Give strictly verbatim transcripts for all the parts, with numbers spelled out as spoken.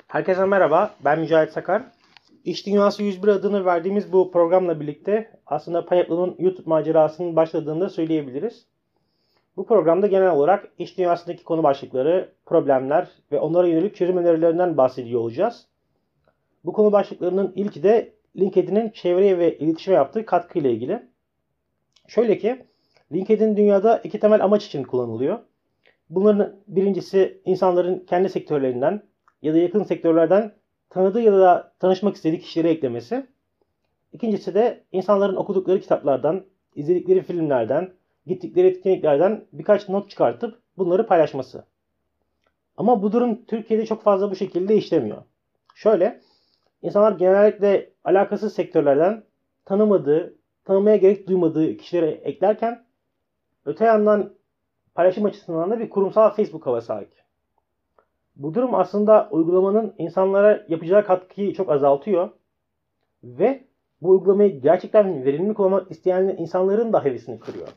Herkese merhaba, ben Mücahit Sakar. İş Dünyası yüz bir adını verdiğimiz bu programla birlikte aslında Payaplı'nın YouTube macerasının başladığını da söyleyebiliriz. Bu programda genel olarak iş dünyasındaki konu başlıkları, problemler ve onlara yönelik çözüm önerilerinden bahsediyor olacağız. Bu konu başlıklarının ilki de LinkedIn'in çevreye ve iletişime yaptığı katkıyla ilgili. Şöyle ki, LinkedIn dünyada iki temel amaç için kullanılıyor. Bunların birincisi insanların kendi sektörlerinden ya da yakın sektörlerden tanıdığı ya da tanışmak istediği kişileri eklemesi. İkincisi de insanların okudukları kitaplardan, izledikleri filmlerden, gittikleri etkinliklerden birkaç not çıkartıp bunları paylaşması. Ama bu durum Türkiye'de çok fazla bu şekilde işlemiyor. Şöyle, insanlar genellikle alakasız sektörlerden tanımadığı, tanımaya gerek duymadığı kişileri eklerken öte yandan paylaşım açısından da bir kurumsal Facebook havası hakim. Bu durum aslında uygulamanın insanlara yapacağı katkıyı çok azaltıyor ve bu uygulamayı gerçekten verimli kullanmak isteyen insanların da hevesini kırıyor.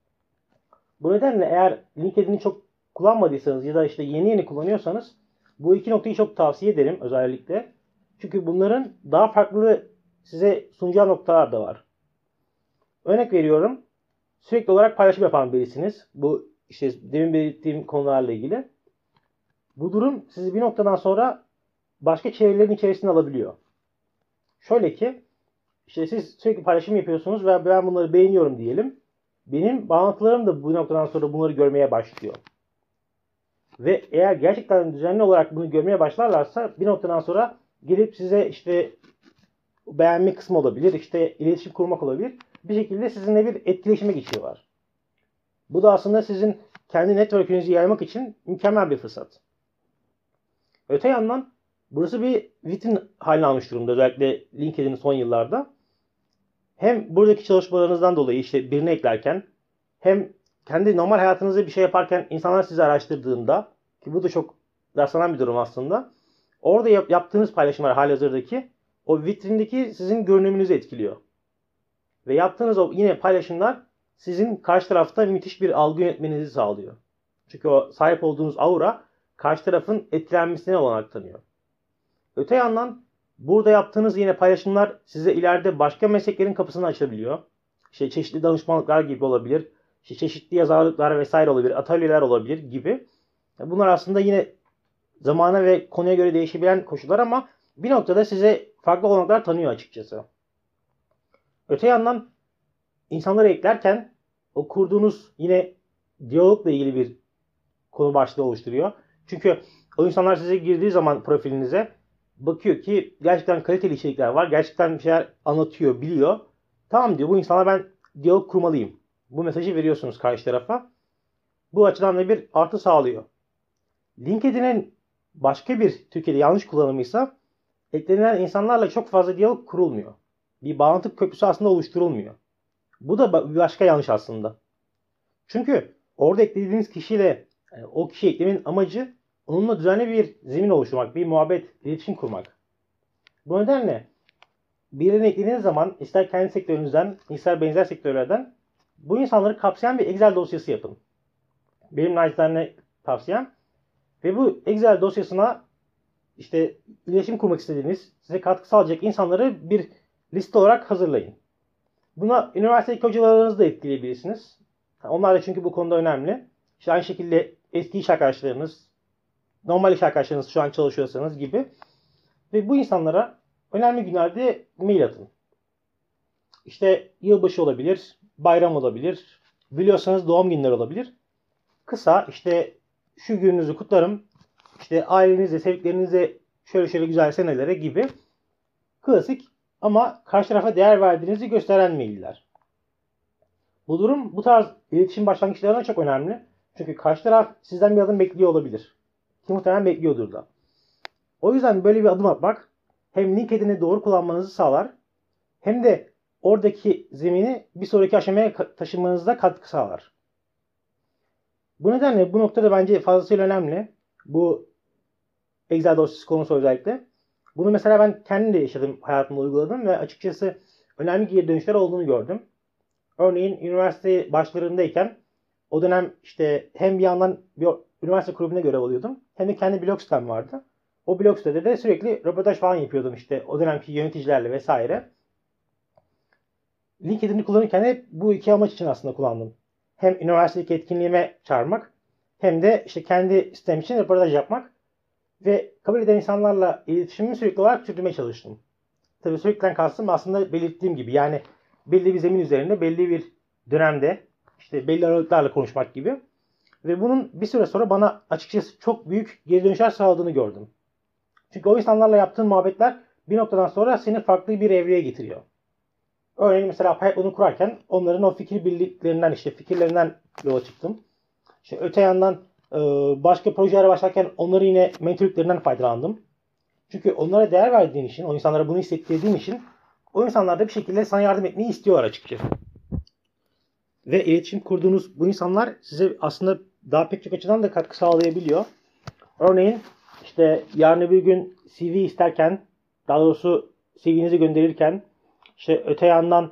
Bu nedenle eğer LinkedIn'i çok kullanmadıysanız ya da işte yeni yeni kullanıyorsanız bu iki noktayı çok tavsiye ederim özellikle. Çünkü bunların daha farklı size sunacağı noktalar da var. Örnek veriyorum. Sürekli olarak paylaşım yapan birisiniz. Bu işte demin belirttiğim konularla ilgili. Bu durum sizi bir noktadan sonra başka çevrelerin içerisine alabiliyor. Şöyle ki, işte siz sürekli paylaşım yapıyorsunuz ve ben bunları beğeniyorum diyelim. Benim bağlantılarım da bu noktadan sonra bunları görmeye başlıyor. Ve eğer gerçekten düzenli olarak bunu görmeye başlarlarsa bir noktadan sonra gelip size işte beğenme kısmı olabilir, işte iletişim kurmak olabilir. Bir şekilde sizinle bir etkileşime geçiyorlar. Bu da aslında sizin kendi network'ünüzü yaymak için mükemmel bir fırsat. Öte yandan burası bir vitrin haline almış durumda özellikle LinkedIn'in son yıllarda. Hem buradaki çalışmalarınızdan dolayı işte birini eklerken hem kendi normal hayatınızda bir şey yaparken insanlar sizi araştırdığında ki bu da çok rastlanan bir durum aslında. Orada yap- yaptığınız paylaşımlar halihazırdaki o vitrindeki sizin görünümünüzü etkiliyor. Ve yaptığınız o yine paylaşımlar sizin karşı tarafta müthiş bir algı yönetmenizi sağlıyor. Çünkü o sahip olduğunuz aura karşı tarafın etkilenmesine olanak tanıyor. Öte yandan burada yaptığınız yine paylaşımlar size ileride başka mesleklerin kapısını açabiliyor. İşte çeşitli danışmanlıklar gibi olabilir. İşte çeşitli yazarlıklar vesaire olabilir. Atölyeler olabilir gibi. Bunlar aslında yine zamana ve konuya göre değişebilen koşullar ama bir noktada size farklı olanaklar tanıyor açıkçası. Öte yandan insanları eklerken o kurduğunuz yine diyalogla ilgili bir konu başlığı oluşturuyor. Çünkü o insanlar size girdiği zaman profilinize bakıyor ki gerçekten kaliteli içerikler var. Gerçekten bir şeyler anlatıyor, biliyor. Tamam diyor bu insanla ben diyalog kurmalıyım. Bu mesajı veriyorsunuz karşı tarafa. Bu açıdan da bir artı sağlıyor. LinkedIn'in başka bir Türkiye'de yanlış kullanımıysa eklenilen insanlarla çok fazla diyalog kurulmuyor. Bir bağlantı köprüsü aslında oluşturulmuyor. Bu da bir başka yanlış aslında. Çünkü orada eklediğiniz kişiyle yani o kişi eklemenin amacı onunla düzenli bir zemin oluşturmak, bir muhabbet, iletişim kurmak. Bu nedenle birilerini eklediğiniz zaman ister kendi sektörünüzden, ister benzer sektörlerden bu insanları kapsayan bir Excel dosyası yapın. Benim naçizane tavsiyem. Ve bu Excel dosyasına işte iletişim kurmak istediğiniz, size katkı sağlayacak insanları bir liste olarak hazırlayın. Buna üniversitedeki hocalarınızı da etkileyebilirsiniz. Onlar da çünkü bu konuda önemli. İşte aynı şekilde eski iş arkadaşlarınız, normal iş arkadaşlarınız şu an çalışıyorsanız gibi. Ve bu insanlara önemli günlerde mail atın. İşte yılbaşı olabilir, bayram olabilir, biliyorsanız doğum günleri olabilir. Kısa işte şu gününüzü kutlarım, işte ailenizle, sevdiklerinizle şöyle şöyle güzel senelere gibi klasik ama karşı tarafa değer verdiğinizi gösteren mailler. Bu durum bu tarz iletişim başlangıçlarına çok önemli. Çünkü karşı taraf sizden bir adım bekliyor olabilir. Ki muhtemelen bekliyordur da. O yüzden böyle bir adım atmak hem LinkedIn'i doğru kullanmanızı sağlar hem de oradaki zemini bir sonraki aşamaya taşımanızda katkı sağlar. Bu nedenle bu noktada bence fazlasıyla önemli. Bu Excel dosyası konusu özellikle. Bunu mesela ben kendim de yaşadım, hayatımda uyguladım ve açıkçası önemli geri dönüşler olduğunu gördüm. Örneğin üniversite başlarındayken o dönem işte hem bir yandan bir üniversite kulübüne görev alıyordum hem de kendi blog sitem vardı. O blog sitede de sürekli röportaj falan yapıyordum işte o dönemki yöneticilerle vesaire. LinkedIn'i kullanırken hep bu iki amaç için aslında kullandım. Hem üniversitedeki etkinliğime çağırmak hem de işte kendi sitem için röportaj yapmak ve kabul eden insanlarla iletişimimi sürekli olarak sürdürmeye çalıştım. Tabii sürekli kastım aslında belirttiğim gibi yani belli bir zemin üzerinde belli bir dönemde işte belli aralıklarla konuşmak gibi. Ve bunun bir süre sonra bana açıkçası çok büyük geri dönüşler sağladığını gördüm. Çünkü o insanlarla yaptığın muhabbetler bir noktadan sonra seni farklı bir evreye getiriyor. Örneğin mesela Pipeline'ı kurarken onların o fikir birliklerinden işte fikirlerinden yola çıktım. İşte öte yandan başka projelere başlarken onları yine mentörlüklerinden faydalandım. Çünkü onlara değer verdiğin için, o insanlara bunu hissettirdiğin için o insanlar da bir şekilde sana yardım etmeyi istiyorlar açıkçası. Ve iletişim kurduğunuz bu insanlar size aslında daha pek çok açıdan da katkı sağlayabiliyor. Örneğin işte yarın bir gün C V isterken, daha doğrusu C V'nizi gönderirken, işte öte yandan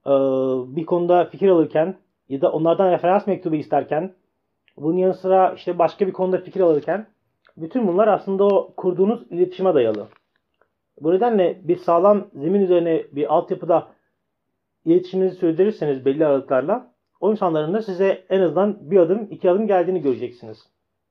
bir konuda fikir alırken ya da onlardan referans mektubu isterken, bunun yanı sıra işte başka bir konuda fikir alırken bütün bunlar aslında o kurduğunuz iletişime dayalı. Bu nedenle bir sağlam zemin üzerine bir altyapıda iletişiminizi sürdürürseniz belli aralıklarla o insanların da size en azından bir adım, iki adım geldiğini göreceksiniz.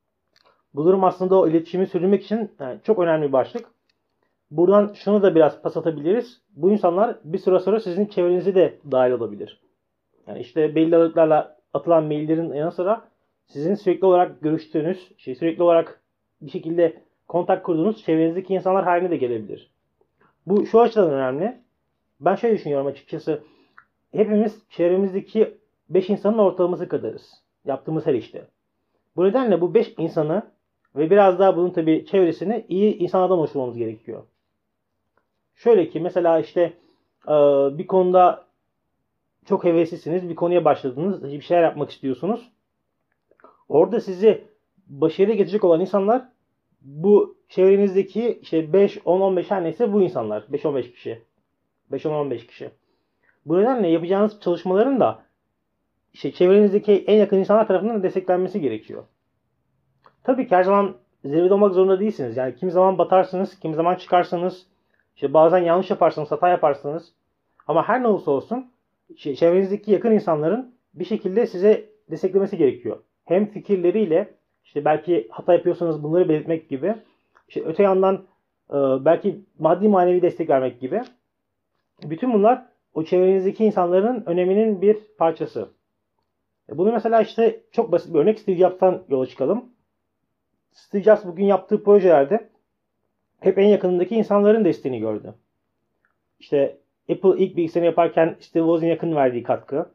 Bu durum aslında o iletişimi sürdürmek için yani çok önemli bir başlık. Buradan şunu da biraz pas atabiliriz. Bu insanlar bir süre sonra sizin çevrenize de dahil olabilir. Yani işte belli aralıklarla atılan maillerin yanı sıra sizin sürekli olarak görüştüğünüz, şey sürekli olarak bir şekilde kontak kurduğunuz çevrenizdeki insanlar haline de gelebilir. Bu şu açıdan önemli. Ben şöyle düşünüyorum açıkçası. Hepimiz çevremizdeki beş insanın ortalaması kadarız. Yaptığımız her işte. Bu nedenle bu beş insanı ve biraz daha bunun tabii çevresini iyi insanlardan oluşturmamız gerekiyor. Şöyle ki mesela işte bir konuda çok heveslisiniz. Bir konuya başladınız. Bir şeyler yapmak istiyorsunuz. Orada sizi başarıya getirecek olan insanlar bu çevrenizdeki işte beş, on, on beş her neyse bu insanlar. beş on beş kişi. beş on on beş kişi. Bu nedenle yapacağınız çalışmaların da işte çevrenizdeki en yakın insanlar tarafından desteklenmesi gerekiyor. Tabii ki her zaman zirvede olmak zorunda değilsiniz. Yani kimi zaman batarsınız, kimi zaman çıkarsınız. İşte bazen yanlış yaparsınız, hata yaparsınız. Ama her ne olursa olsun işte çevrenizdeki yakın insanların bir şekilde size desteklemesi gerekiyor. Hem fikirleriyle işte belki hata yapıyorsanız bunları belirtmek gibi. İşte öte yandan belki maddi manevi destek vermek gibi. Bütün bunlar o çevrenizdeki insanların öneminin bir parçası. Bunu mesela işte çok basit bir örnek Steve Jobs'tan yola çıkalım. Steve Jobs bugün yaptığı projelerde hep en yakınındaki insanların desteğini gördü. İşte Apple ilk bilgisayarını yaparken Steve Wozniak'ın yakın verdiği katkı.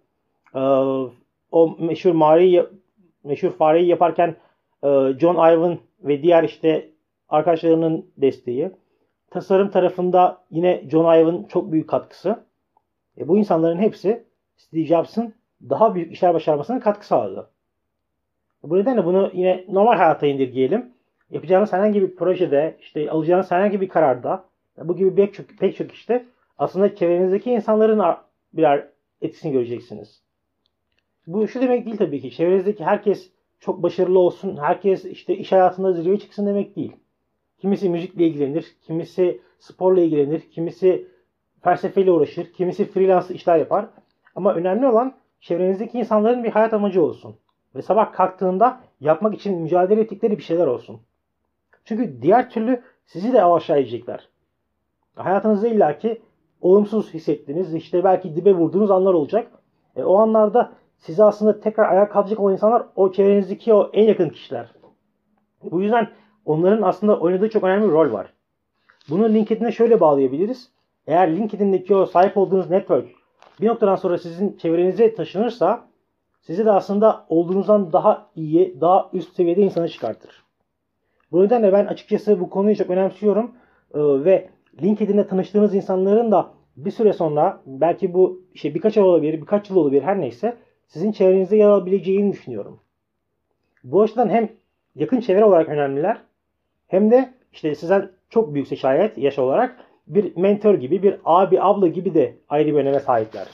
O meşhur fareyi, meşhur fareyi yaparken John Ivan ve diğer işte arkadaşlarının desteği. Tasarım tarafında yine John Ivan çok büyük katkısı. E bu insanların hepsi Steve Jobs'ın daha büyük işler başarmasına katkı sağladı. Bu nedenle bunu yine normal hayata indirgeyelim. Yapacağınız herhangi bir projede, işte alacağınız herhangi bir kararda, bu gibi pek çok, pek çok işte aslında çevrenizdeki insanların birer etkisini göreceksiniz. Bu şu demek değil tabii ki. Çevrenizdeki herkes çok başarılı olsun, herkes işte iş hayatında zirveye çıksın demek değil. Kimisi müzikle ilgilenir, kimisi sporla ilgilenir, kimisi felsefeyle uğraşır, kimisi freelance işler yapar. Ama önemli olan çevrenizdeki insanların bir hayat amacı olsun. Ve sabah kalktığında yapmak için mücadele ettikleri bir şeyler olsun. Çünkü diğer türlü sizi de aşağı edecekler. Hayatınızda illaki olumsuz hissettiğiniz, işte belki dibe vurduğunuz anlar olacak. E, o anlarda size aslında tekrar ayağa kalkacak olan insanlar o çevrenizdeki o en yakın kişiler. Bu yüzden onların aslında oynadığı çok önemli bir rol var. Bunu LinkedIn'e şöyle bağlayabiliriz. Eğer LinkedIn'deki o sahip olduğunuz network bir noktadan sonra sizin çevrenize taşınırsa sizi de aslında olduğunuzdan daha iyi, daha üst seviyede insanı çıkartır. Bu nedenle ben açıkçası bu konuyu çok önemsiyorum. Ee, ve LinkedIn'de tanıştığınız insanların da bir süre sonra belki bu şey birkaç ay olabilir, birkaç yıl olabilir her neyse sizin çevrenizde yer alabileceğini düşünüyorum. Bu açıdan hem yakın çevre olarak önemliler hem de işte sizden çok büyükse şayet yaş olarak bir mentor gibi, bir abi, abla gibi de ayrı bir öneme sahipler.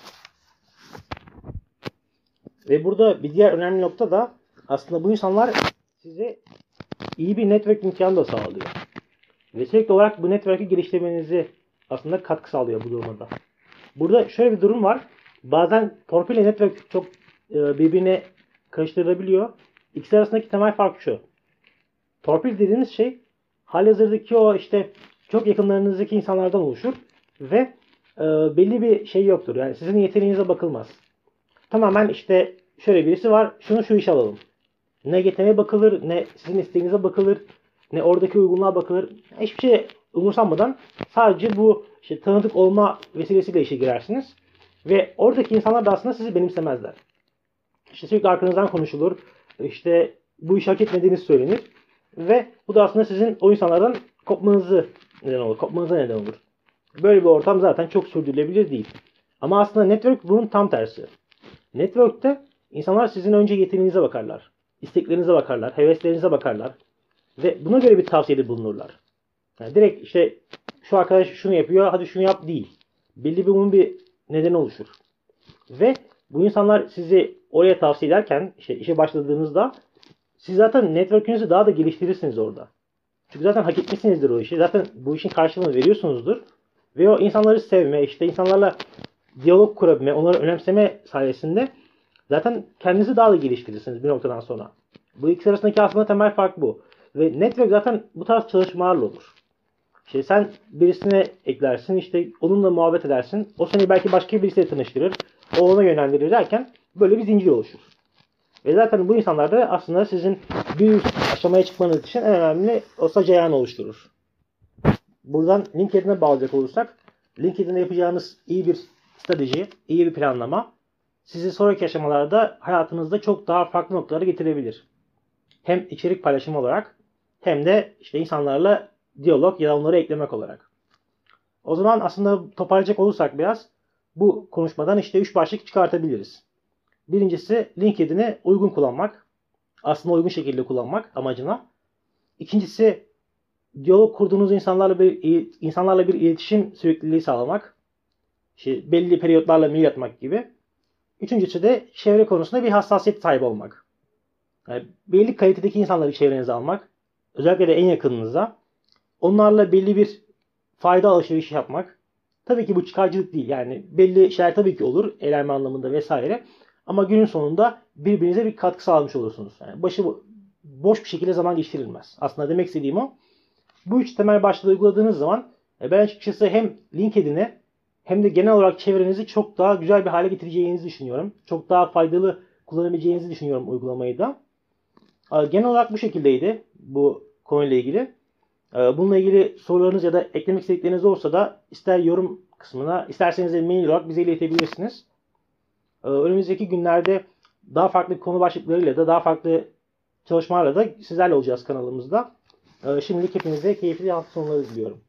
Ve burada bir diğer önemli nokta da aslında bu insanlar size iyi bir network imkanı da sağlıyor. Ve sürekli olarak bu network'ü geliştirmenizi aslında katkı sağlıyor bu durumda. Burada şöyle bir durum var. Bazen torpil ile network çok e, birbirine karıştırılabiliyor. İkisi arasındaki temel fark şu. Torpil dediğiniz şey halihazırdaki o işte çok yakınlarınızdaki insanlardan oluşur ve e, belli bir şey yoktur. Yani sizin yeteneğinize bakılmaz. Tamamen işte şöyle birisi var, şunu şu işe alalım. Ne yeteneğe bakılır, ne sizin isteğinize bakılır, ne oradaki uygunluğa bakılır. Hiçbir şey umursanmadan sadece bu işte tanıdık olma vesilesiyle işe girersiniz. Ve oradaki insanlar da aslında sizi benimsemezler. İşte sürekli arkanızdan konuşulur. İşte bu işi hak etmediğiniz söylenir. Ve bu da aslında sizin o insanlardan kopmanızı neden olur. Kopmanıza neden olur. Böyle bir ortam zaten çok sürdürülebilir değil. Ama aslında network bunun tam tersi. Network'te insanlar sizin önce yeteneğinize bakarlar. İsteklerinize bakarlar. Heveslerinize bakarlar. Ve buna göre bir tavsiyede bulunurlar. Yani direkt işte şu arkadaş şunu yapıyor, hadi şunu yap değil. Belli bir bunun bir nedeni oluşur. Ve bu insanlar sizi oraya tavsiye ederken, işte işe başladığınızda siz zaten network'ünüzü daha da geliştirirsiniz orada. Çünkü zaten hak etmişsinizdir o işi. Zaten bu işin karşılığını veriyorsunuzdur. Ve o insanları sevme, işte insanlarla diyalog kurabilme, onları önemseme sayesinde zaten kendinizi daha da geliştirirsiniz bir noktadan sonra. Bu ikisi arasındaki aslında temel fark bu. Ve network zaten bu tarz çalışmalarla olur. İşte sen birisine eklersin, işte onunla muhabbet edersin. O seni belki başka birisiyle tanıştırır. O ona yönlendirir derken böyle bir zincir oluşur. Ve zaten bu insanlar da aslında sizin bir üst aşamaya çıkmanız için en önemli o sac ayağını oluşturur. Buradan LinkedIn'e bağlayacak olursak, LinkedIn'de yapacağınız iyi bir strateji, iyi bir planlama sizi sonraki aşamalarda hayatınızda çok daha farklı noktalara getirebilir. Hem içerik paylaşımı olarak hem de işte insanlarla diyalog ya da onları eklemek olarak. O zaman aslında toparlayacak olursak biraz bu konuşmadan işte üç başlık çıkartabiliriz. Birincisi LinkedIn'i uygun kullanmak. Aslında uygun şekilde kullanmak amacına. İkincisi diyalog kurduğunuz insanlarla bir insanlarla bir iletişim sürekliliği sağlamak. İşte belli periyotlarla mail atmak gibi. Üçüncüsü de çevre konusunda bir hassasiyet sahibi olmak. Yani belli kalitedeki insanları çevrenize almak. Özellikle de en yakınınıza. Onlarla belli bir fayda alışverişi yapmak. Tabii ki bu çıkarcılık değil. Yani belli şeyler tabii ki olur. Eğlenme anlamında vesaire. Ama günün sonunda birbirinize bir katkı sağlamış olursunuz. Yani başı boş bir şekilde zaman geçirilmez. Aslında demek istediğim o. Bu üç temel başlığı uyguladığınız zaman ben açıkçası hem LinkedIn'e hem de genel olarak çevrenizi çok daha güzel bir hale getireceğinizi düşünüyorum. Çok daha faydalı kullanabileceğinizi düşünüyorum uygulamayı da. Genel olarak bu şekildeydi bu konuyla ilgili. Bununla ilgili sorularınız ya da eklemek istedikleriniz olursa da ister yorum kısmına isterseniz de mail olarak bize iletebilirsiniz. Önümüzdeki günlerde daha farklı konu başlıklarıyla da daha farklı çalışmalarla da sizlerle olacağız kanalımızda. Şimdilik hepinize keyifli hafta sonları diliyorum.